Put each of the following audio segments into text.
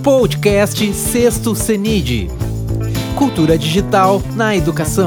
Podcast Sexto CENID. Cultura digital na educação.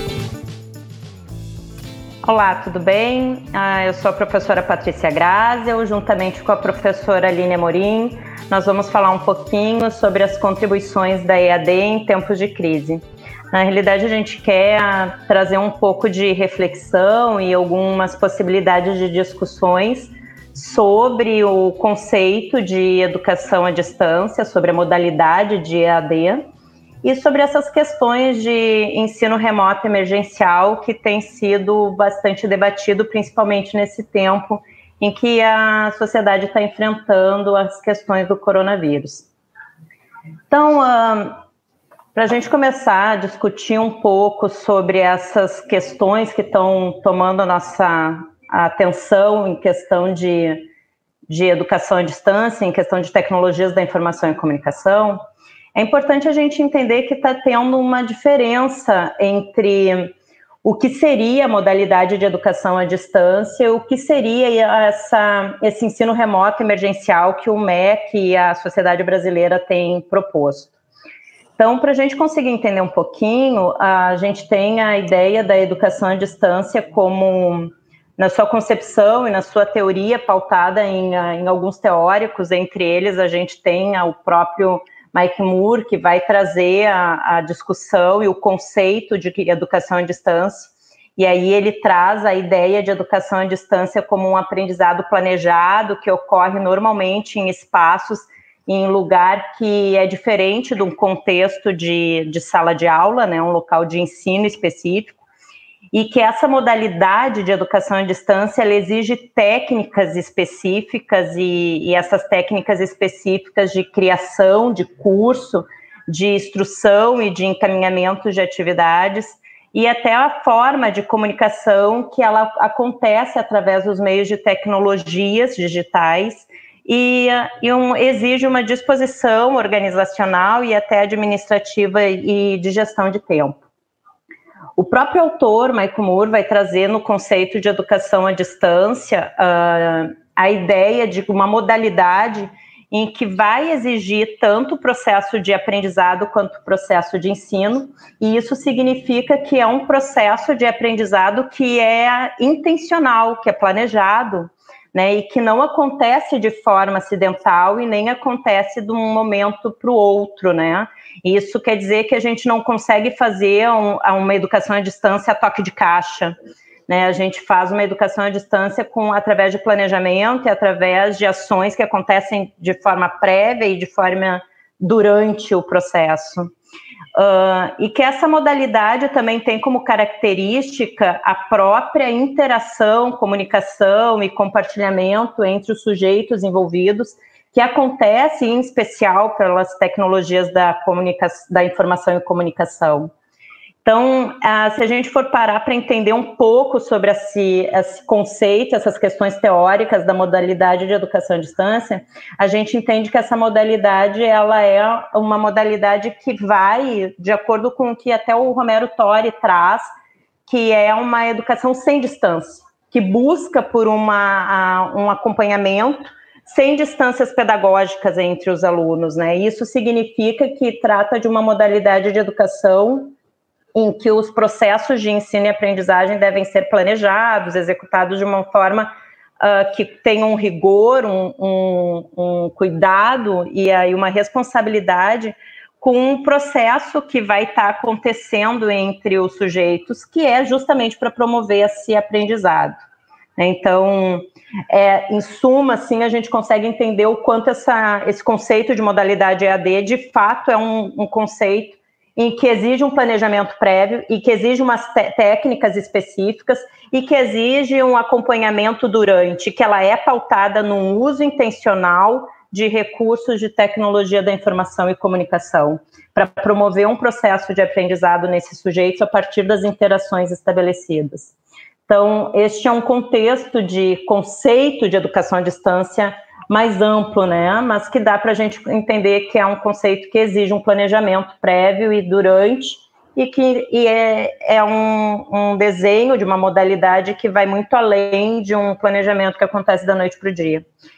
Olá, tudo bem? Eu sou a professora Patrícia Graziel, juntamente com a professora Aline Amorim. Nós vamos falar um pouquinho sobre as contribuições da EAD em tempos de crise. Na realidade, a gente quer trazer um pouco de reflexão e algumas possibilidades de discussões sobre o conceito de educação à distância, sobre a modalidade de EAD e sobre essas questões de ensino remoto emergencial que tem sido bastante debatido, principalmente nesse tempo em que a sociedade está enfrentando as questões do coronavírus. Então, para a gente começar a discutir um pouco sobre essas questões que estão tomando a nossa atenção em questão de educação à distância, em questão de tecnologias da informação e comunicação, é importante a gente entender que está tendo uma diferença entre o que seria a modalidade de educação à distância e o que seria esse ensino remoto emergencial que o MEC e a sociedade brasileira têm proposto. Então, para a gente conseguir entender um pouquinho, a gente tem a ideia da educação à distância como, na sua concepção e na sua teoria pautada em alguns teóricos, entre eles a gente tem o próprio Mike Moore, que vai trazer a discussão e o conceito de educação à distância, e aí ele traz a ideia de educação à distância como um aprendizado planejado que ocorre normalmente em espaços, em lugar que é diferente de um contexto de sala de aula, né, um local de ensino específico, e que essa modalidade de educação à distância ela exige técnicas específicas e essas técnicas específicas de criação, de curso, de instrução e de encaminhamento de atividades e até a forma de comunicação que ela acontece através dos meios de tecnologias digitais e exige uma disposição organizacional e até administrativa e de gestão de tempo. O próprio autor, Mike Moore, vai trazer no conceito de educação à distância a ideia de uma modalidade em que vai exigir tanto o processo de aprendizado quanto o processo de ensino, e isso significa que é um processo de aprendizado que é intencional, que é planejado, né, e que não acontece de forma acidental e nem acontece de um momento para o outro, né? Isso quer dizer que a gente não consegue fazer uma educação à distância a toque de caixa, né? A gente faz uma educação à distância através de planejamento e através de ações que acontecem de forma prévia e de forma durante o processo. E que essa modalidade também tem como característica a própria interação, comunicação e compartilhamento entre os sujeitos envolvidos, que acontece em especial pelas tecnologias da informação e comunicação. Então, se a gente for parar para entender um pouco sobre esse conceito, essas questões teóricas da modalidade de educação à distância, a gente entende que essa modalidade ela é uma modalidade que vai, de acordo com o que até o Romero Torre traz, que é uma educação sem distância, que busca por um acompanhamento sem distâncias pedagógicas entre os alunos, né? Isso significa que trata de uma modalidade de educação em que os processos de ensino e aprendizagem devem ser planejados, executados de uma forma que tenha um rigor, um cuidado e aí uma responsabilidade com um processo que vai estar acontecendo entre os sujeitos, que é justamente para promover esse aprendizado. Então, em suma, assim, a gente consegue entender o quanto esse conceito de modalidade EAD, de fato, é um conceito em que exige um planejamento prévio e que exige umas técnicas específicas e que exige um acompanhamento durante, que ela é pautada num uso intencional de recursos de tecnologia da informação e comunicação, para promover um processo de aprendizado nesses sujeitos a partir das interações estabelecidas. Então, este é um contexto de conceito de educação à distância mais amplo, né? Mas que dá para a gente entender que é um conceito que exige um planejamento prévio e durante, e é um desenho de uma modalidade que vai muito além de um planejamento que acontece da noite para o dia.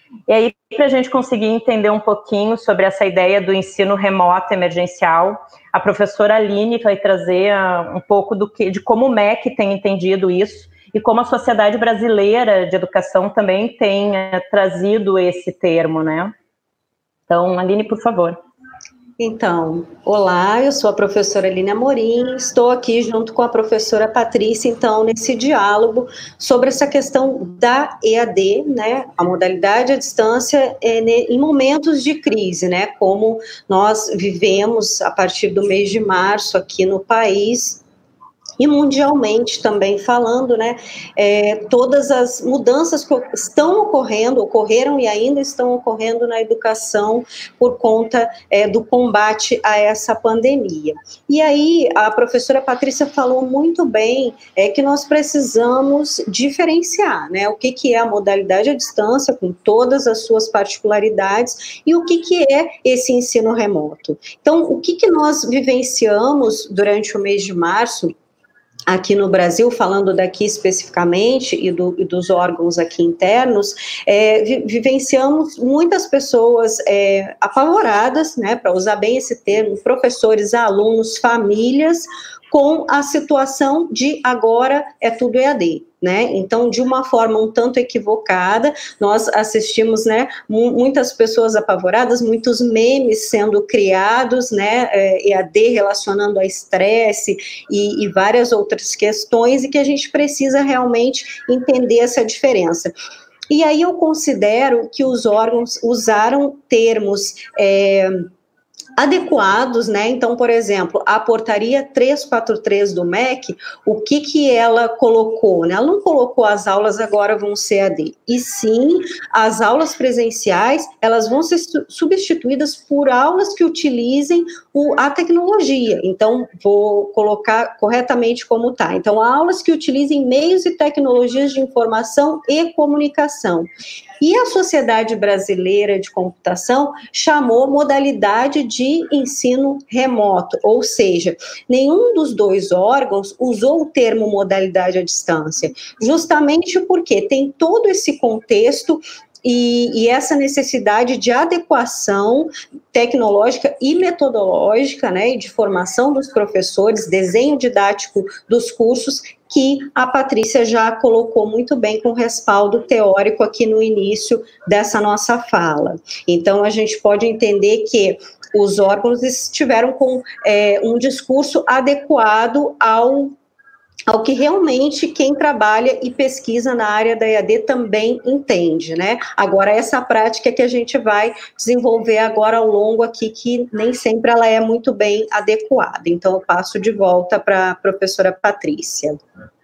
E aí, para a gente conseguir entender um pouquinho sobre essa ideia do ensino remoto emergencial, a professora Aline vai trazer um pouco de como o MEC tem entendido isso e como a Sociedade Brasileira de Educação também tem trazido esse termo, né? Então, Aline, por favor. Então, olá, eu sou a professora Aline Amorim, estou aqui junto com a professora Patrícia, então, nesse diálogo sobre essa questão da EAD, né, a modalidade à distância em momentos de crise, né, como nós vivemos a partir do mês de março aqui no país, e mundialmente também falando, né, todas as mudanças que estão ocorreram e ainda estão ocorrendo na educação por conta do combate a essa pandemia. E aí a professora Patrícia falou muito bem que nós precisamos diferenciar, né, o que é a modalidade à distância com todas as suas particularidades e o que é esse ensino remoto. Então, o que nós vivenciamos durante o mês de março aqui no Brasil, falando daqui especificamente e dos órgãos aqui internos, vivenciamos muitas pessoas apavoradas, né, para usar bem esse termo, professores, alunos, famílias, com a situação de agora é tudo EAD, né? Então, de uma forma um tanto equivocada, nós assistimos, né, muitas pessoas apavoradas, muitos memes sendo criados, né, EAD relacionando a estresse e várias outras questões, e que a gente precisa realmente entender essa diferença. E aí eu considero que os órgãos usaram termos adequados, né? Então, por exemplo, a portaria 343 do MEC, o que ela colocou, né? Ela não colocou as aulas agora vão ser AD, e sim, as aulas presenciais, elas vão ser substituídas por aulas que utilizem a tecnologia. Então, vou colocar corretamente como está. Então, aulas que utilizem meios e tecnologias de informação e comunicação. E a Sociedade Brasileira de Computação chamou modalidade de ensino remoto, ou seja, nenhum dos dois órgãos usou o termo modalidade à distância, justamente porque tem todo esse contexto e essa necessidade de adequação tecnológica e metodológica, né, e de formação dos professores, desenho didático dos cursos, que a Patrícia já colocou muito bem com respaldo teórico aqui no início dessa nossa fala. Então, a gente pode entender que os órgãos estiveram com um discurso adequado ao que realmente quem trabalha e pesquisa na área da EAD também entende, né? Agora, essa prática que a gente vai desenvolver agora ao longo aqui, que nem sempre ela é muito bem adequada. Então, eu passo de volta para a professora Patrícia.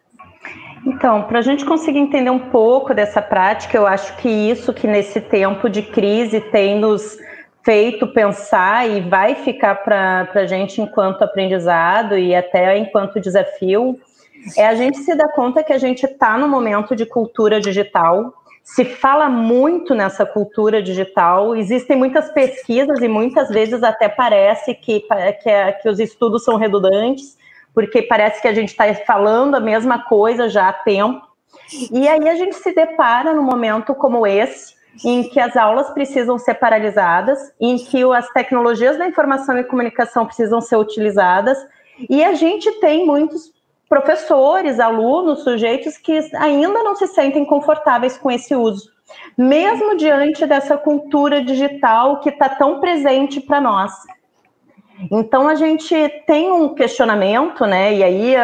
Então, para a gente conseguir entender um pouco dessa prática, eu acho que isso que nesse tempo de crise tem nos feito pensar e vai ficar para a gente enquanto aprendizado e até enquanto desafio, a gente se dá conta que a gente está no momento de cultura digital, se fala muito nessa cultura digital, existem muitas pesquisas e muitas vezes até parece que os estudos são redundantes, porque parece que a gente está falando a mesma coisa já há tempo, e aí a gente se depara num momento como esse, em que as aulas precisam ser paralisadas, em que as tecnologias da informação e comunicação precisam ser utilizadas, e a gente tem muitos professores, alunos, sujeitos que ainda não se sentem confortáveis com esse uso, mesmo diante dessa cultura digital que está tão presente para nós. Então, a gente tem um questionamento, né? E aí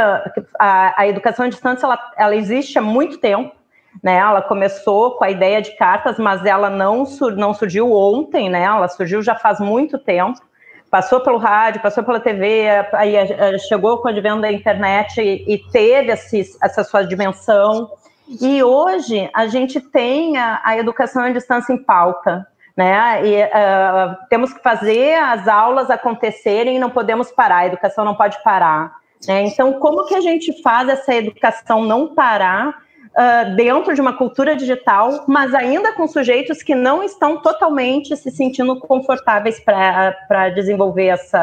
a educação à distância, ela existe há muito tempo, né? Ela começou com a ideia de cartas, mas ela não surgiu ontem, né? Ela surgiu já faz muito tempo. Passou pelo rádio, passou pela TV, aí chegou com o advento da internet e teve essa sua dimensão. E hoje a gente tem a educação à distância em pauta, né? E temos que fazer as aulas acontecerem e não podemos parar, a educação não pode parar, né? Então, como que a gente faz essa educação não parar dentro de uma cultura digital, mas ainda com sujeitos que não estão totalmente se sentindo confortáveis para desenvolver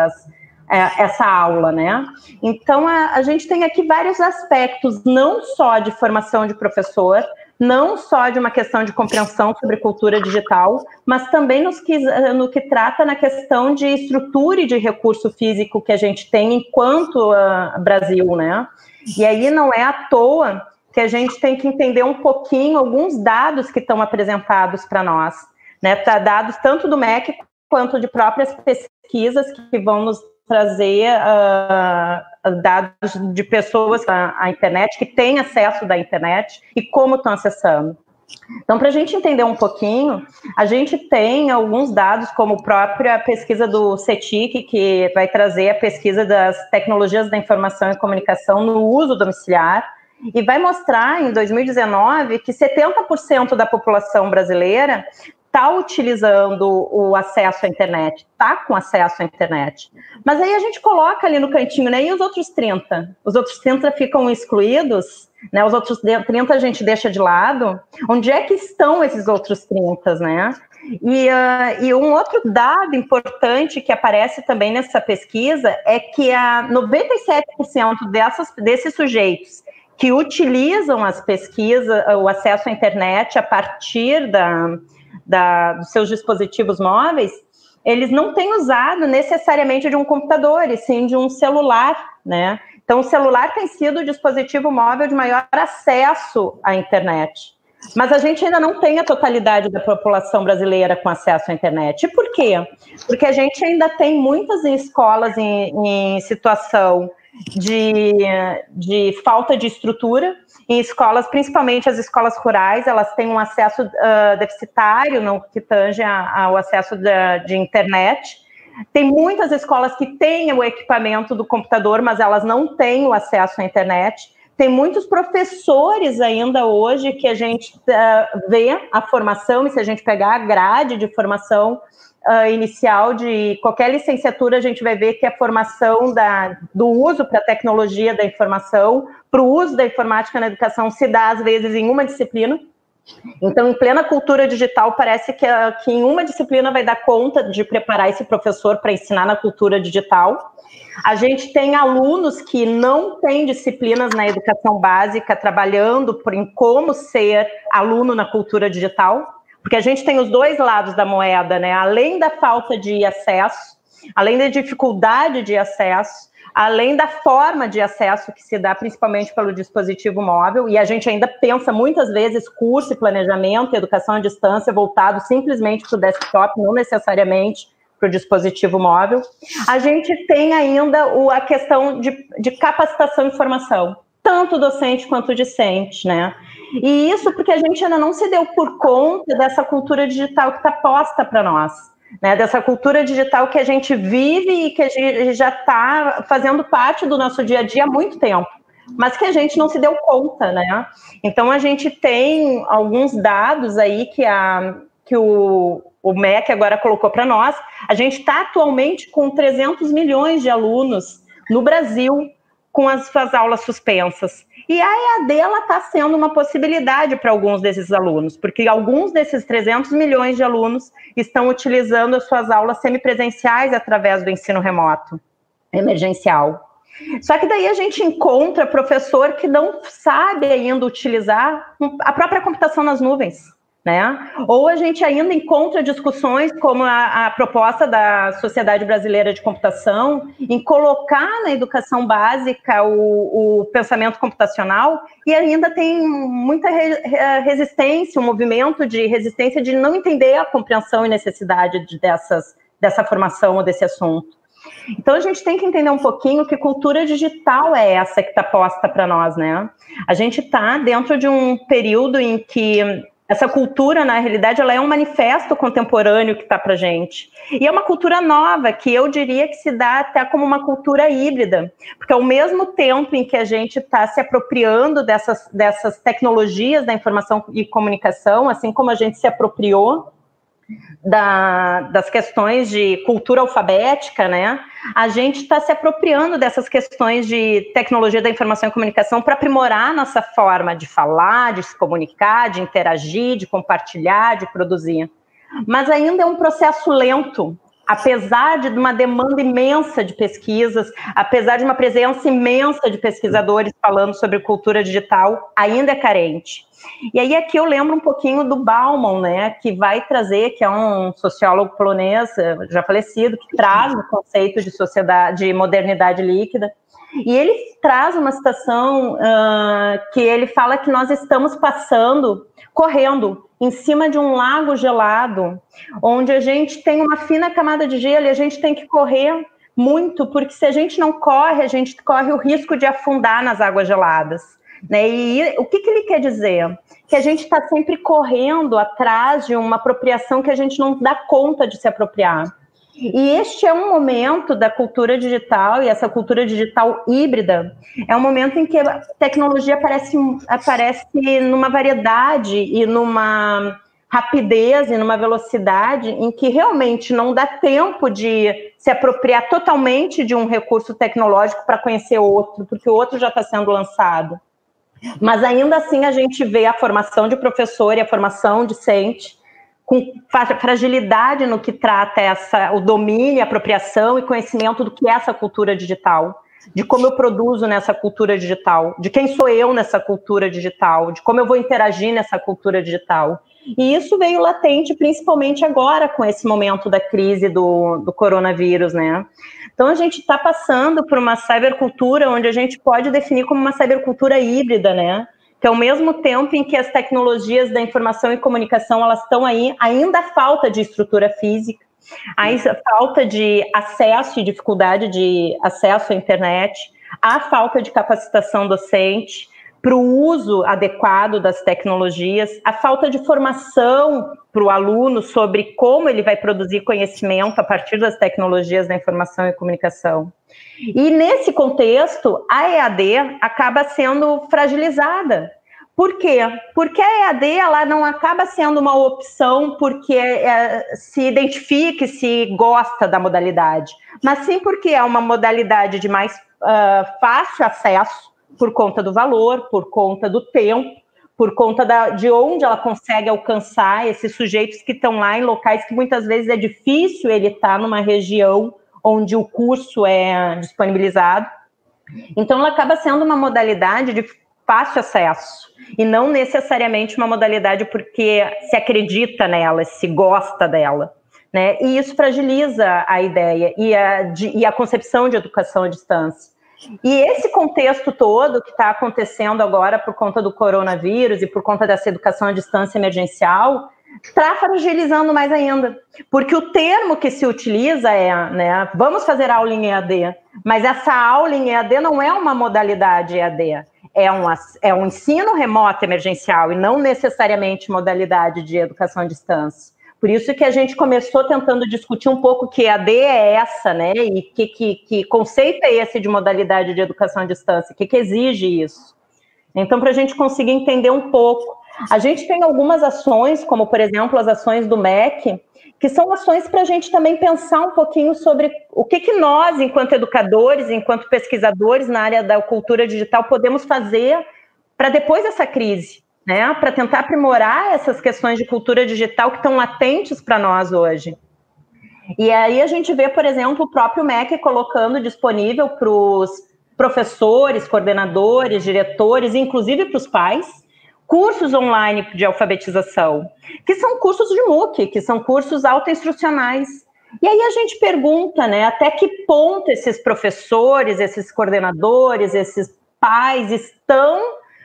essa aula, né? Então, a gente tem aqui vários aspectos, não só de formação de professor, não só de uma questão de compreensão sobre cultura digital, mas também no que trata na questão de estrutura e de recurso físico que a gente tem enquanto Brasil, né? E aí não é à toa que a gente tem que entender um pouquinho alguns dados que estão apresentados para nós, né? Dados tanto do MEC quanto de próprias pesquisas que vão nos trazer dados de pessoas à internet, que têm acesso da internet e como estão acessando. Então, para a gente entender um pouquinho, a gente tem alguns dados, como a própria pesquisa do CETIC, que vai trazer a pesquisa das tecnologias da informação e comunicação no uso domiciliar, e vai mostrar, em 2019, que 70% da população brasileira está utilizando o acesso à internet, está com acesso à internet. Mas aí a gente coloca ali no cantinho, né? E os outros 30? Os outros 30 ficam excluídos, né? Os outros 30 a gente deixa de lado. Onde é que estão esses outros 30, né? E um outro dado importante que aparece também nessa pesquisa é que 97% desses sujeitos que utilizam as pesquisas, o acesso à internet a partir dos seus dispositivos móveis, eles não têm usado necessariamente de um computador, e sim de um celular, né? Então, o celular tem sido o dispositivo móvel de maior acesso à internet. Mas a gente ainda não tem a totalidade da população brasileira com acesso à internet. E por quê? Porque a gente ainda tem muitas escolas em situação de falta de estrutura. Em escolas, principalmente as escolas rurais, elas têm um acesso deficitário no que tange ao acesso de internet. Tem muitas escolas que têm o equipamento do computador, mas elas não têm o acesso à internet. Tem muitos professores ainda hoje que a gente vê a formação, e se a gente pegar a grade de formação inicial de qualquer licenciatura, a gente vai ver que a formação do uso para a tecnologia da informação, para o uso da informática na educação, se dá, às vezes, em uma disciplina. Então, em plena cultura digital, parece que em uma disciplina vai dar conta de preparar esse professor para ensinar na cultura digital. A gente tem alunos que não têm disciplinas na educação básica, trabalhando em como ser aluno na cultura digital, porque a gente tem os dois lados da moeda, né? Além da falta de acesso, além da dificuldade de acesso, além da forma de acesso que se dá principalmente pelo dispositivo móvel, e a gente ainda pensa muitas vezes curso e planejamento e educação à distância voltado simplesmente para o desktop, não necessariamente para o dispositivo móvel. A gente tem ainda a questão de capacitação e formação, tanto docente quanto discente, né? E isso porque a gente ainda não se deu por conta dessa cultura digital que está posta para nós, né? Dessa cultura digital que a gente vive e que a gente já está fazendo parte do nosso dia a dia há muito tempo, mas que a gente não se deu conta, né? Então, a gente tem alguns dados aí que o MEC agora colocou para nós. A gente está atualmente com 300 milhões de alunos no Brasil com as suas aulas suspensas. E a EAD está sendo uma possibilidade para alguns desses alunos, porque alguns desses 300 milhões de alunos estão utilizando as suas aulas semipresenciais através do ensino remoto, emergencial. Só que daí a gente encontra professor que não sabe ainda utilizar a própria computação nas nuvens, né? Ou a gente ainda encontra discussões como a proposta da Sociedade Brasileira de Computação em colocar na educação básica o pensamento computacional, e ainda tem muita resistência, um movimento de resistência de não entender a compreensão e necessidade dessa formação ou desse assunto. Então, a gente tem que entender um pouquinho que cultura digital é essa que está posta para nós, né? A gente está dentro de um período em que essa cultura, na realidade, ela é um manifesto contemporâneo que está para a gente. E é uma cultura nova, que eu diria que se dá até como uma cultura híbrida, porque ao mesmo tempo em que a gente está se apropriando dessas tecnologias da informação e comunicação, assim como a gente se apropriou das questões de cultura alfabética, né? A gente está se apropriando dessas questões de tecnologia da informação e comunicação para aprimorar a nossa forma de falar, de se comunicar, de interagir, de compartilhar, de produzir. Mas ainda é um processo lento, apesar de uma demanda imensa de pesquisas, apesar de uma presença imensa de pesquisadores falando sobre cultura digital, ainda é carente. E aí aqui eu lembro um pouquinho do Bauman, né, que vai trazer, que é um sociólogo polonês, já falecido, que traz o conceito de sociedade, de modernidade líquida, e ele traz uma citação que ele fala que nós estamos correndo em cima de um lago gelado, onde a gente tem uma fina camada de gelo e a gente tem que correr muito, porque se a gente não corre, a gente corre o risco de afundar nas águas geladas, né? E o que ele quer dizer? Que a gente está sempre correndo atrás de uma apropriação que a gente não dá conta de se apropriar. E este é um momento da cultura digital, e essa cultura digital híbrida é um momento em que a tecnologia aparece numa variedade e numa rapidez e numa velocidade em que realmente não dá tempo de se apropriar totalmente de um recurso tecnológico para conhecer outro, porque o outro já está sendo lançado. Mas ainda assim a gente vê a formação de professor e a formação discente com fragilidade no que trata o domínio, a apropriação e conhecimento do que é essa cultura digital, de como eu produzo nessa cultura digital, de quem sou eu nessa cultura digital, de como eu vou interagir nessa cultura digital. E isso veio latente, principalmente agora, com esse momento da crise do coronavírus, né? Então, a gente está passando por uma cybercultura onde a gente pode definir como uma cybercultura híbrida, né? Que ao mesmo tempo em que as tecnologias da informação e comunicação, elas estão aí, ainda há falta de estrutura física, há falta de acesso e dificuldade de acesso à internet, há falta de capacitação docente para o uso adequado das tecnologias, a falta de formação para o aluno sobre como ele vai produzir conhecimento a partir das tecnologias da informação e comunicação. E nesse contexto, a EAD acaba sendo fragilizada. Por quê? Porque a EAD ela não acaba sendo uma opção porque se identifica e se gosta da modalidade, mas sim porque é uma modalidade de mais fácil acesso, por conta do valor, por conta do tempo, por conta de onde ela consegue alcançar esses sujeitos que estão lá em locais que muitas vezes é difícil ele estar numa região onde o curso é disponibilizado. Então, ela acaba sendo uma modalidade de fácil acesso e não necessariamente uma modalidade porque se acredita nela, se gosta dela, né? E isso fragiliza a ideia e a concepção de educação à distância. E esse contexto todo que está acontecendo agora por conta do coronavírus e por conta dessa educação à distância emergencial está fragilizando mais ainda, porque o termo que se utiliza né, vamos fazer aula em EAD, mas essa aula em EAD não é uma modalidade EAD, é um ensino remoto emergencial e não necessariamente modalidade de educação à distância. Por isso que a gente começou tentando discutir um pouco que EAD é essa, né? E que conceito é esse de modalidade de educação à distância? O que exige isso? Então, para a gente conseguir entender um pouco. A gente tem algumas ações, como, por exemplo, as ações do MEC, que são ações para a gente também pensar um pouquinho sobre o que nós, enquanto educadores, enquanto pesquisadores na área da cultura digital, podemos fazer para depois dessa crise, né, para tentar aprimorar essas questões de cultura digital que estão latentes para nós hoje. E aí a gente vê, por exemplo, o próprio MEC colocando disponível para os professores, coordenadores, diretores, inclusive para os pais, cursos online de alfabetização, que são cursos de MOOC, que são cursos autoinstrucionais. E aí a gente pergunta, né, até que ponto esses professores, esses coordenadores, esses pais estão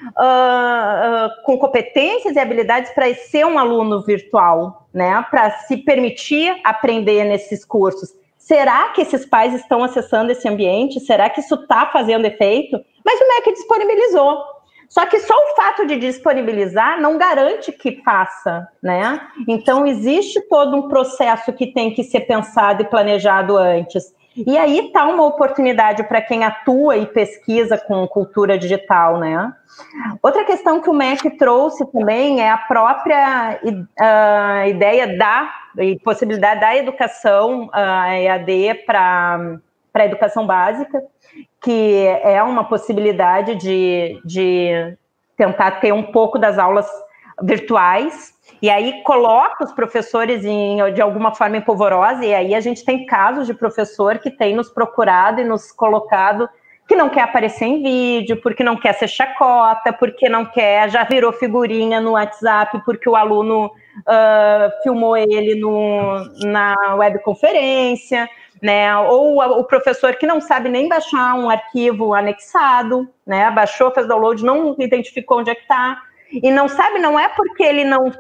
com competências e habilidades para ser um aluno virtual, né? Para se permitir aprender nesses cursos. Será que esses pais estão acessando esse ambiente? Será que isso está fazendo efeito? Mas o MEC disponibilizou. Só que só o fato de disponibilizar não garante que faça, né? Então, existe todo um processo que tem que ser pensado e planejado antes. E aí está uma oportunidade para quem atua e pesquisa com cultura digital, né? Outra questão que o MEC trouxe também é a própria ideia e possibilidade da educação EAD para a educação básica, que é uma possibilidade de tentar ter um pouco das aulas virtuais, e aí coloca os professores de alguma forma em polvorosa, e aí a gente tem casos de professor que tem nos procurado e nos colocado que não quer aparecer em vídeo, porque não quer ser chacota, porque não quer, já virou figurinha no WhatsApp porque o aluno filmou ele na webconferência, né? Ou o professor que não sabe nem baixar um arquivo anexado, né? Baixou, fez download, não identificou onde é que está. E não sabe, não é porque ele não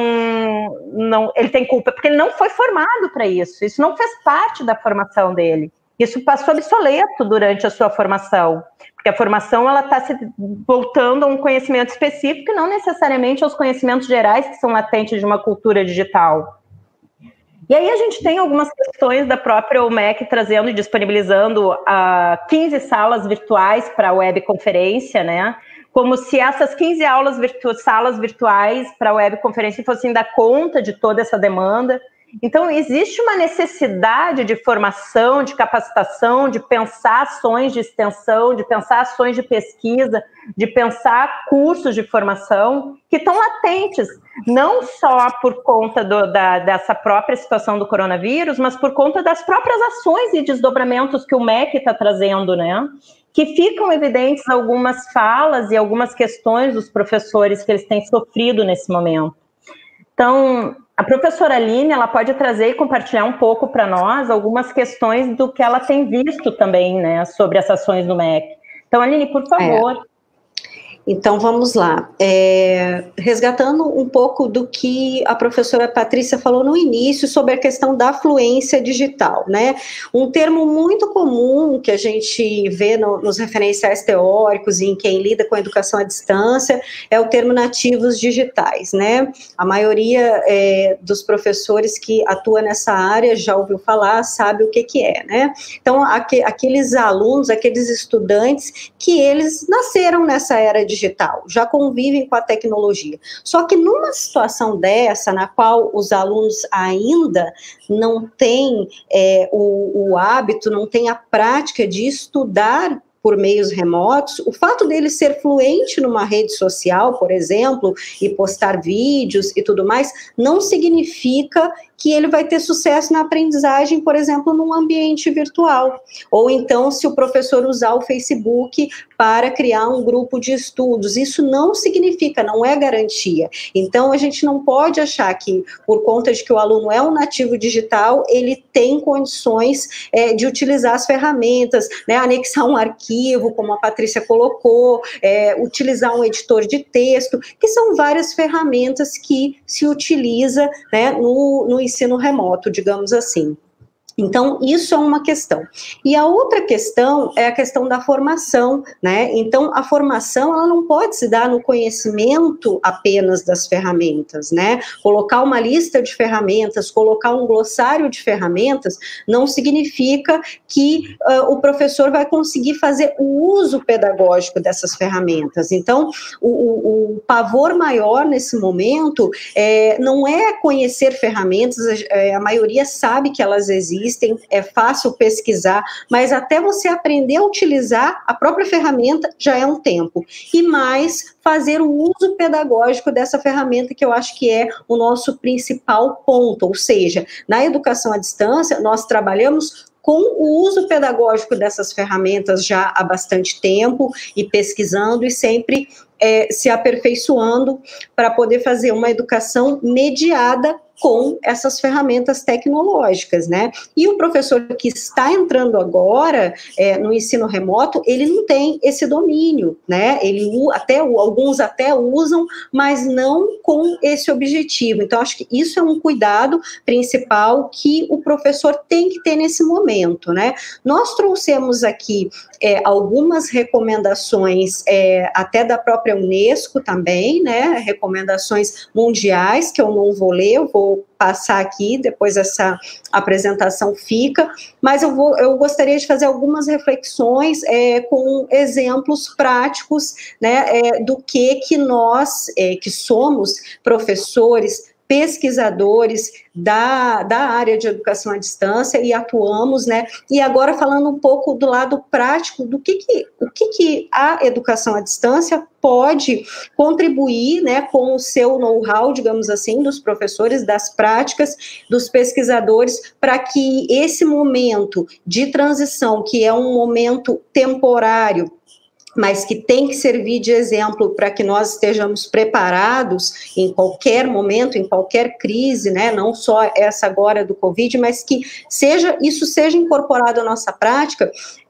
ele tem culpa, porque ele não foi formado para isso. Isso não fez parte da formação dele. Isso passou obsoleto durante a sua formação, porque a formação ela está se voltando a um conhecimento específico e não necessariamente aos conhecimentos gerais que são latentes de uma cultura digital. E aí a gente tem algumas questões da própria UMEC trazendo e disponibilizando 15 salas virtuais para a webconferência, né? Como se essas 15 salas virtuais para a webconferência fossem dar conta de toda essa demanda. Então, existe uma necessidade de formação, de capacitação, de pensar ações de extensão, de pensar ações de pesquisa, de pensar cursos de formação que estão latentes, não só por conta dessa própria situação do coronavírus, mas por conta das próprias ações e desdobramentos que o MEC está trazendo, né? Que ficam evidentes algumas falas e algumas questões dos professores que eles têm sofrido nesse momento. Então, a professora Aline, ela pode trazer e compartilhar um pouco para nós algumas questões do que ela tem visto também, né, sobre as ações do MEC. Então, Aline, por favor. Então, vamos lá. Resgatando um pouco do que a professora Patrícia falou no início sobre a questão da fluência digital, né? Um termo muito comum que a gente vê nos referenciais teóricos e em quem lida com a educação à distância é o termo nativos digitais, né? A maioria dos professores que atua nessa área já ouviu falar, sabe o que é, né? Então, aqueles alunos, aqueles estudantes que eles nasceram nessa era digital, já convivem com a tecnologia. Só que numa situação dessa, na qual os alunos ainda não têm o hábito, não têm a prática de estudar por meios remotos, o fato dele ser fluente numa rede social, por exemplo, e postar vídeos e tudo mais, não significa que ele vai ter sucesso na aprendizagem, por exemplo, num ambiente virtual. Ou então, se o professor usar o Facebook para criar um grupo de estudos, isso não significa, não é garantia. Então, a gente não pode achar que, por conta de que o aluno é um nativo digital, ele tem condições de utilizar as ferramentas, né, anexar um arquivo, como a Patrícia colocou, utilizar um editor de texto, que são várias ferramentas que se utiliza, né, no ensino remoto, digamos assim. Então, isso é uma questão. E a outra questão é a questão da formação, né? Então, a formação, ela não pode se dar no conhecimento apenas das ferramentas, né? Colocar uma lista de ferramentas, colocar um glossário de ferramentas, não significa que o professor vai conseguir fazer o uso pedagógico dessas ferramentas. Então, o pavor maior nesse momento não é conhecer ferramentas, a maioria sabe que elas existem, é fácil pesquisar, mas até você aprender a utilizar a própria ferramenta já é um tempo. E mais, fazer o uso pedagógico dessa ferramenta, que eu acho que é o nosso principal ponto. Ou seja, na educação à distância, nós trabalhamos com o uso pedagógico dessas ferramentas já há bastante tempo e pesquisando e sempre se aperfeiçoando para poder fazer uma educação mediada com essas ferramentas tecnológicas, né? E o professor que está entrando agora no ensino remoto, ele não tem esse domínio, né? Alguns até usam, mas não com esse objetivo. Então, acho que isso é um cuidado principal que o professor tem que ter nesse momento, né? Nós trouxemos aqui algumas recomendações, até da própria Unesco também, né? Recomendações mundiais, que eu não vou ler, eu vou passar aqui, depois essa apresentação fica, mas eu gostaria de fazer algumas reflexões com exemplos práticos, né, do que nós, que somos professores, pesquisadores da área de educação à distância e atuamos, né? E agora falando um pouco do lado prático, o que a educação à distância pode contribuir, né, com o seu know-how, digamos assim, dos professores, das práticas, dos pesquisadores, para que esse momento de transição, que é um momento temporário, mas que tem que servir de exemplo para que nós estejamos preparados em qualquer momento, em qualquer crise, né, não só essa agora do Covid, mas que isso seja incorporado à nossa prática,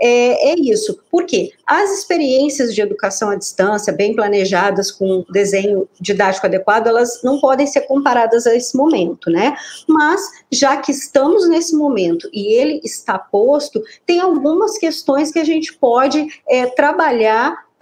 é isso. Por quê? As experiências de educação à distância, bem planejadas, com desenho didático adequado, elas não podem ser comparadas a esse momento, né? Mas, já que estamos nesse momento e ele está posto, tem algumas questões que a gente pode trabalhar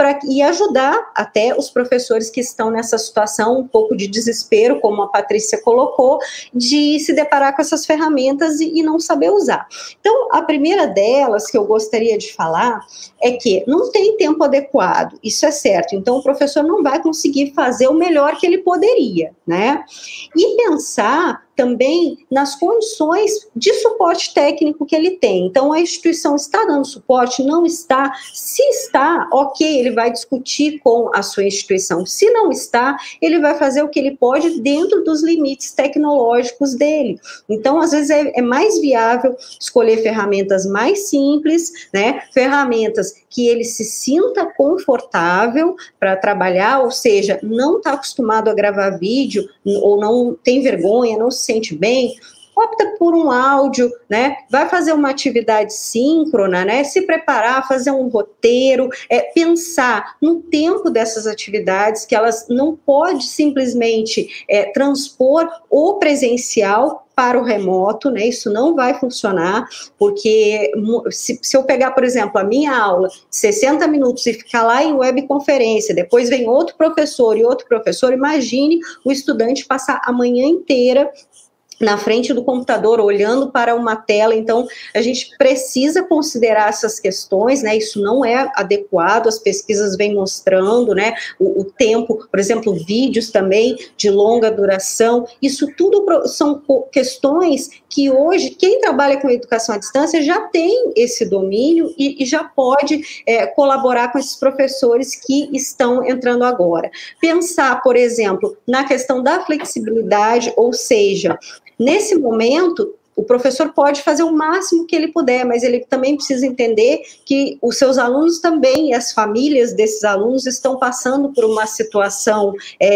e ajudar até os professores que estão nessa situação um pouco de desespero, como a Patrícia colocou, de se deparar com essas ferramentas e não saber usar. Então, a primeira delas que eu gostaria de falar é que não tem tempo adequado, isso é certo, então o professor não vai conseguir fazer o melhor que ele poderia, né? E pensar também nas condições de suporte técnico que ele tem. Então, a instituição está dando suporte? Não está? Se está, ok, ele vai discutir com a sua instituição. Se não está, ele vai fazer o que ele pode dentro dos limites tecnológicos dele. Então, às vezes, é mais viável escolher ferramentas mais simples, né? Ferramentas que ele se sinta confortável para trabalhar, ou seja, não está acostumado a gravar vídeo, ou não tem vergonha, não se sente bem, opta por um áudio, né? Vai fazer uma atividade síncrona, né? Se preparar, fazer um roteiro, pensar no tempo dessas atividades, que elas não pode simplesmente transpor o presencial para o remoto, né? Isso não vai funcionar, porque se eu pegar, por exemplo, a minha aula, 60 minutos e ficar lá em webconferência, depois vem outro professor e outro professor, imagine o estudante passar a manhã inteira na frente do computador, olhando para uma tela. Então, a gente precisa considerar essas questões, né, isso não é adequado, as pesquisas vêm mostrando, né, o tempo, por exemplo, vídeos também de longa duração, isso tudo são questões que hoje, quem trabalha com educação à distância já tem esse domínio e já pode colaborar com esses professores que estão entrando agora. Pensar, por exemplo, na questão da flexibilidade, ou seja, nesse momento, o professor pode fazer o máximo que ele puder, mas ele também precisa entender que os seus alunos também, as famílias desses alunos estão passando por uma situação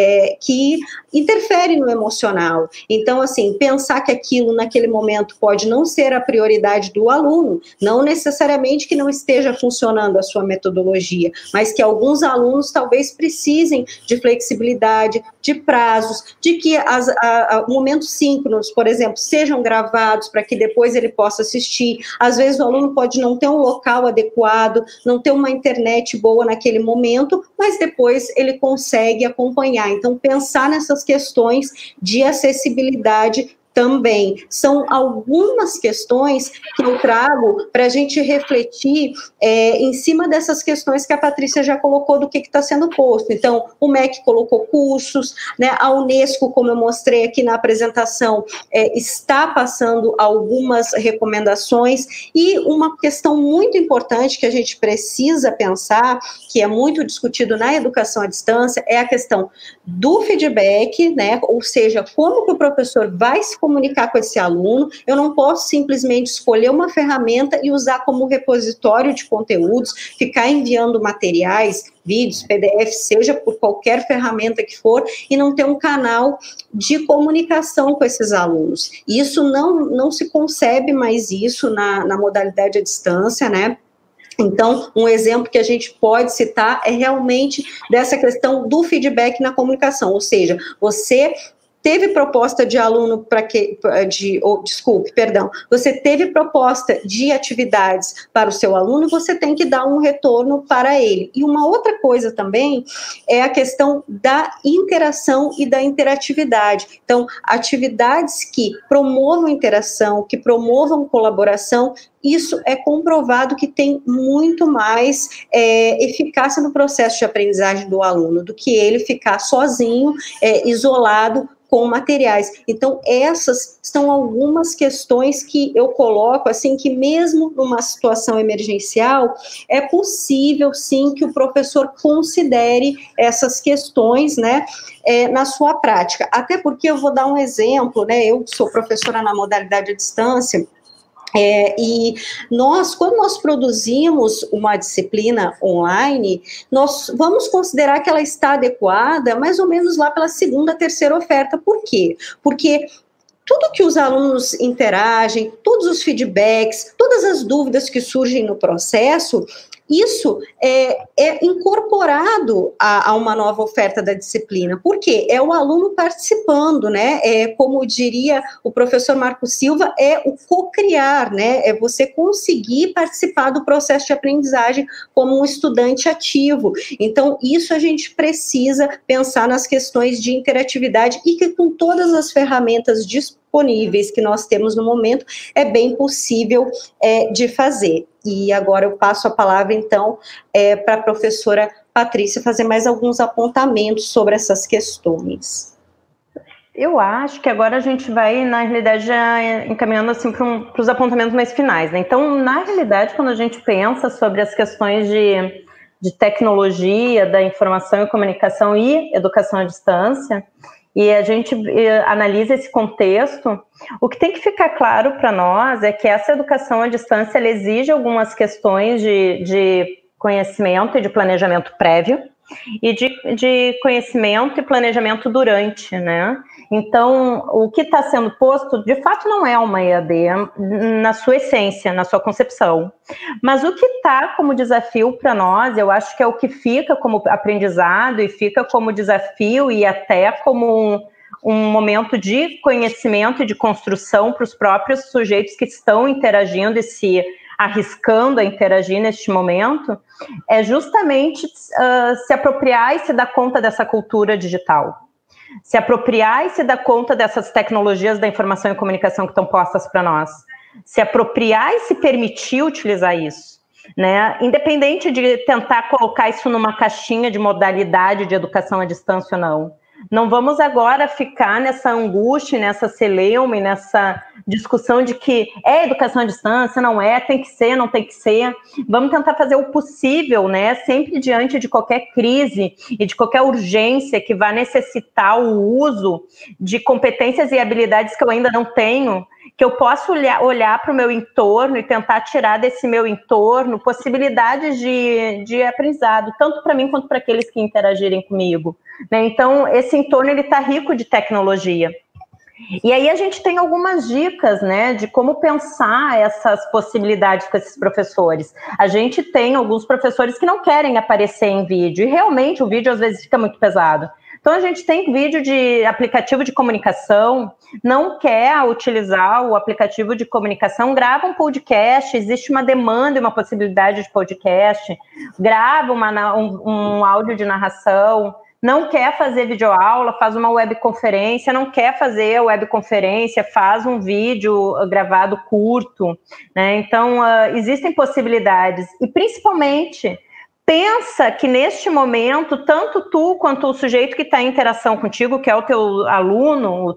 que interfere no emocional. Então, assim, pensar que aquilo naquele momento pode não ser a prioridade do aluno, não necessariamente que não esteja funcionando a sua metodologia, mas que alguns alunos talvez precisem de flexibilidade, de prazos, de que momentos síncronos, por exemplo, sejam gravados para que depois ele possa assistir. Às vezes o aluno pode não ter um local adequado, não ter uma internet boa naquele momento, mas depois ele consegue acompanhar. Então, pensar nessas questões de acessibilidade também. São algumas questões que eu trago para a gente refletir em cima dessas questões que a Patrícia já colocou do que está sendo posto. Então, o MEC colocou cursos, né, a Unesco, como eu mostrei aqui na apresentação, está passando algumas recomendações, e uma questão muito importante que a gente precisa pensar, que é muito discutido na educação à distância, é a questão do feedback, né, ou seja, como que o professor vai se comunicar com esse aluno. Eu não posso simplesmente escolher uma ferramenta e usar como repositório de conteúdos, ficar enviando materiais, vídeos, PDF, seja por qualquer ferramenta que for, e não ter um canal de comunicação com esses alunos. Isso não se concebe mais isso na modalidade à distância, né? Então, um exemplo que a gente pode citar é realmente dessa questão do feedback na comunicação, ou seja, você teve proposta de aluno você teve proposta de atividades para o seu aluno, você tem que dar um retorno para ele. E uma outra coisa também é a questão da interação e da interatividade. Então, atividades que promovam interação, que promovam colaboração, isso é comprovado que tem muito mais eficácia no processo de aprendizagem do aluno, do que ele ficar sozinho, isolado, com materiais. Então, essas são algumas questões que eu coloco, assim, que mesmo numa situação emergencial, é possível, sim, que o professor considere essas questões, né, na sua prática. Até porque eu vou dar um exemplo, né, eu sou professora na modalidade à distância, e quando nós produzimos uma disciplina online, nós vamos considerar que ela está adequada mais ou menos lá pela segunda, terceira oferta. Por quê? Porque tudo que os alunos interagem, todos os feedbacks, todas as dúvidas que surgem no processo, isso é incorporado a uma nova oferta da disciplina. Por quê? É o aluno participando, né? Como diria o professor Marco Silva, é o co-criar, né? É você conseguir participar do processo de aprendizagem como um estudante ativo. Então, isso a gente precisa pensar nas questões de interatividade e que com todas as ferramentas disponíveis que nós temos no momento, é bem possível de fazer. E agora eu passo a palavra, então, para a professora Patrícia fazer mais alguns apontamentos sobre essas questões. Eu acho que agora a gente vai, na realidade, já encaminhando assim, para os apontamentos mais finais, né? Então, na realidade, quando a gente pensa sobre as questões de tecnologia, da informação e comunicação e educação à distância, e a gente analisa esse contexto, o que tem que ficar claro para nós é que essa educação à distância ela exige algumas questões de conhecimento e de planejamento prévio e de conhecimento e planejamento durante, né? Então, o que está sendo posto, de fato, não é uma EAD na sua essência, na sua concepção. Mas o que está como desafio para nós, eu acho que é o que fica como aprendizado e fica como desafio e até como um momento de conhecimento e de construção para os próprios sujeitos que estão interagindo e se arriscando a interagir neste momento, é justamente se apropriar e se dar conta dessa cultura digital. Se apropriar e se dar conta dessas tecnologias da informação e comunicação que estão postas para nós. Se apropriar e se permitir utilizar isso, né? Independente de tentar colocar isso numa caixinha de modalidade de educação à distância ou não. Não vamos agora ficar nessa angústia, nessa celeuma, nessa discussão de que é educação à distância, não é, tem que ser, não tem que ser. Vamos tentar fazer o possível, né? Sempre diante de qualquer crise e de qualquer urgência que vá necessitar o uso de competências e habilidades que eu ainda não tenho, que eu possa olhar para o meu entorno e tentar tirar desse meu entorno possibilidades de aprendizado, tanto para mim quanto para aqueles que interagirem comigo, né? Então, esse entorno está rico de tecnologia. E aí a gente tem algumas dicas, né, de como pensar essas possibilidades com esses professores. A gente tem alguns professores que não querem aparecer em vídeo, e realmente o vídeo às vezes fica muito pesado. Então a gente tem vídeo de aplicativo de comunicação, não quer utilizar o aplicativo de comunicação, grava um podcast, existe uma demanda e uma possibilidade de podcast, grava um áudio de narração, não quer fazer videoaula, faz uma webconferência, não quer fazer a webconferência, faz um vídeo gravado curto, né? Então, existem possibilidades. E, principalmente, pensa que, neste momento, tanto tu quanto o sujeito que está em interação contigo, que é o teu aluno,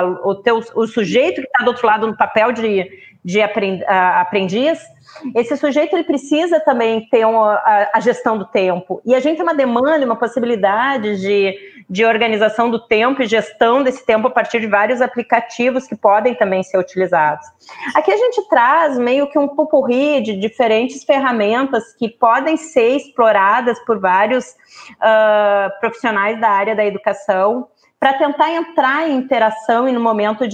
o sujeito que está do outro lado no papel de aprendiz, esse sujeito ele precisa também ter a gestão do tempo. E a gente tem uma demanda e uma possibilidade de organização do tempo e gestão desse tempo a partir de vários aplicativos que podem também ser utilizados. Aqui a gente traz meio que um popurrí de diferentes ferramentas que podem ser exploradas por vários profissionais da área da educação para tentar entrar em interação e no momento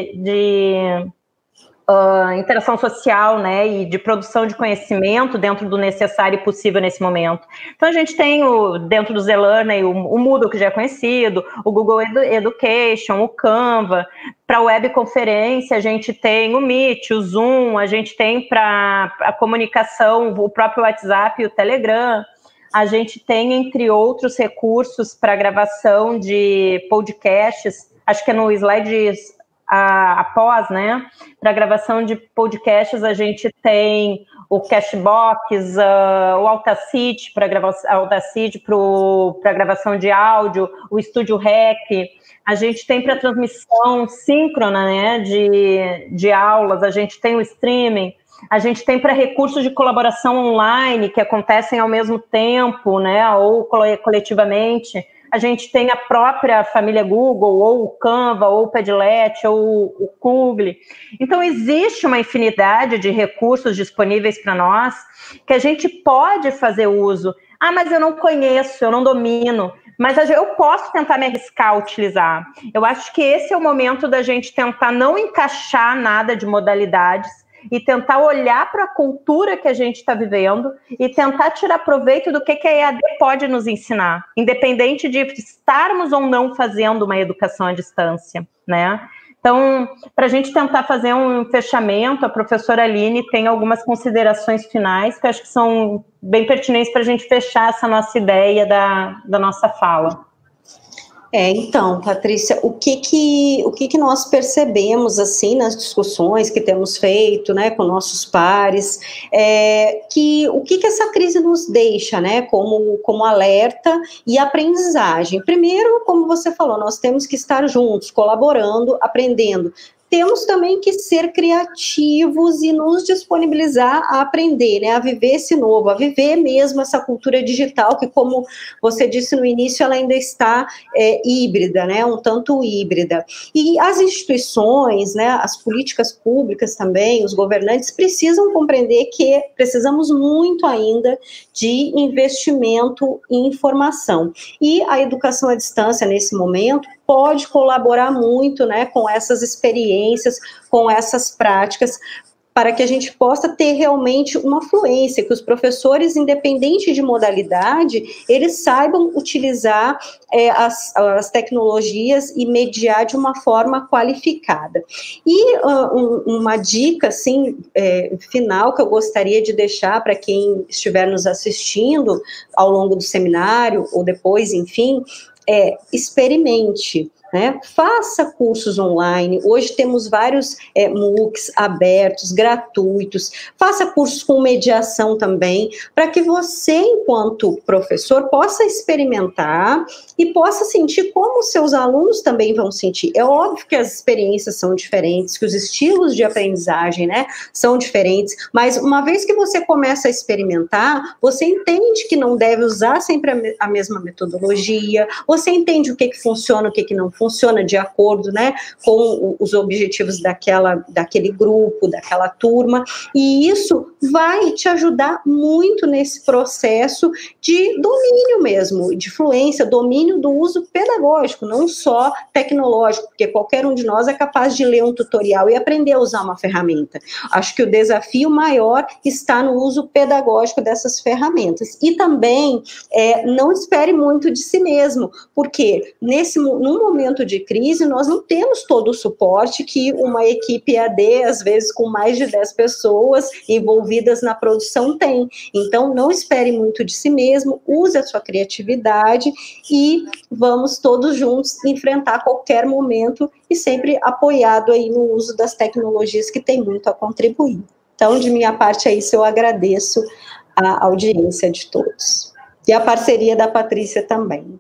de interação social, né, e de produção de conhecimento dentro do necessário e possível nesse momento. Então a gente tem dentro do Z-Learning o Moodle, que já é conhecido, o Google Education, o Canva. Para webconferência a gente tem o Meet, o Zoom, a gente tem para a comunicação o próprio WhatsApp e o Telegram. A gente tem, entre outros recursos, para gravação de podcasts, acho que é no slide após, né? Para gravação de podcasts, a gente tem o Cashbox, o Audacity para gravação de áudio, o Studio Rec. A gente tem para transmissão síncrona, né, de aulas, a gente tem o streaming, a gente tem para recursos de colaboração online que acontecem ao mesmo tempo, né, ou coletivamente. A gente tem a própria família Google, ou o Canva, ou o Padlet, ou o Google. Então, existe uma infinidade de recursos disponíveis para nós que a gente pode fazer uso. Ah, mas eu não conheço, eu não domino. Mas eu posso tentar me arriscar a utilizar. Eu acho que esse é o momento da gente tentar não encaixar nada de modalidades e tentar olhar para a cultura que a gente está vivendo e tentar tirar proveito do que a EAD pode nos ensinar, independente de estarmos ou não fazendo uma educação à distância, né? Então, para a gente tentar fazer um fechamento, a professora Aline tem algumas considerações finais que eu acho que são bem pertinentes para a gente fechar essa nossa ideia da nossa fala. Então, Patrícia, o que nós percebemos, assim, nas discussões que temos feito, né, com nossos pares, o que essa crise nos deixa, né, como alerta e aprendizagem. Primeiro, como você falou, nós temos que estar juntos, colaborando, aprendendo. Temos também que ser criativos e nos disponibilizar a aprender, né, a viver esse novo, a viver mesmo essa cultura digital que, como você disse no início, ela ainda está híbrida, né, um tanto híbrida. E as instituições, né, as políticas públicas também, os governantes precisam compreender que precisamos muito ainda de investimento em informação. E a educação à distância, nesse momento, pode colaborar muito, né, com essas experiências, com essas práticas, para que a gente possa ter realmente uma fluência, que os professores, independente de modalidade, eles saibam utilizar as tecnologias e mediar de uma forma qualificada. E uma dica, assim, final que eu gostaria de deixar para quem estiver nos assistindo ao longo do seminário, ou depois, enfim, experimente, né? Faça cursos online. Hoje temos vários MOOCs abertos, gratuitos. Faça cursos com mediação também, para que você, enquanto professor, possa experimentar e possa sentir como seus alunos também vão sentir. É óbvio que as experiências são diferentes, que os estilos de aprendizagem, né, são diferentes, mas uma vez que você começa a experimentar, você entende que não deve usar sempre a mesma metodologia, você entende o que funciona, o que não funciona de acordo, né, com os objetivos daquele grupo, daquela turma, e isso vai te ajudar muito nesse processo de domínio mesmo, de fluência, domínio do uso pedagógico, não só tecnológico, porque qualquer um de nós é capaz de ler um tutorial e aprender a usar uma ferramenta. Acho que o desafio maior está no uso pedagógico dessas ferramentas. E também não espere muito de si mesmo, porque num momento de crise, nós não temos todo o suporte que uma equipe EAD, às vezes com mais de 10 pessoas envolvidas na produção, tem. Então, não espere muito de si mesmo, use a sua criatividade e vamos todos juntos enfrentar qualquer momento e sempre apoiado aí no uso das tecnologias que tem muito a contribuir. Então, de minha parte, é isso, eu agradeço a audiência de todos. E a parceria da Patrícia também.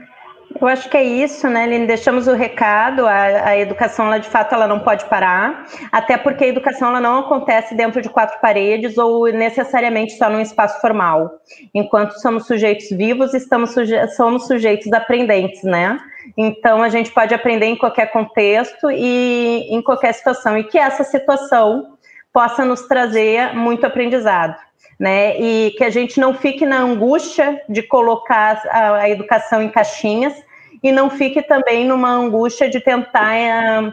Eu acho que é isso, né, Aline? Deixamos o recado, a educação, ela, de fato, ela não pode parar, até porque a educação ela não acontece dentro de 4 paredes ou necessariamente só num espaço formal. Enquanto somos sujeitos vivos, somos sujeitos aprendentes, né? Então, a gente pode aprender em qualquer contexto e em qualquer situação, e que essa situação possa nos trazer muito aprendizado, né? E que a gente não fique na angústia de colocar a educação em caixinhas e não fique também numa angústia de tentar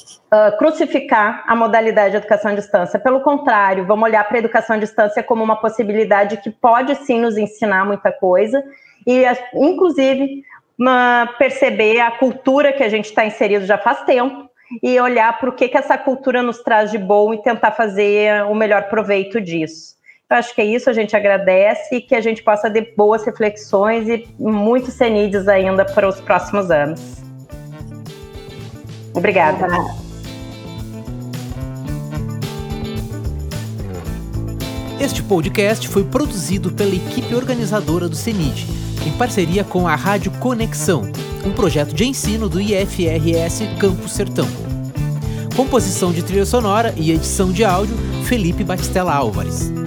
crucificar a modalidade de educação à distância. Pelo contrário, vamos olhar para a educação à distância como uma possibilidade que pode sim nos ensinar muita coisa e, inclusive, perceber a cultura que a gente está inserido já faz tempo e olhar para o que essa cultura nos traz de bom e tentar fazer o melhor proveito disso. Eu acho que é isso, a gente agradece e que a gente possa ter boas reflexões e muitos CENIDs ainda para os próximos anos. Obrigada. Este podcast foi produzido pela equipe organizadora do CENID, em parceria com a Rádio Conexão, um projeto de ensino do IFRS Campus Sertão. Composição de trilha sonora e edição de áudio, Felipe Batistella Álvares.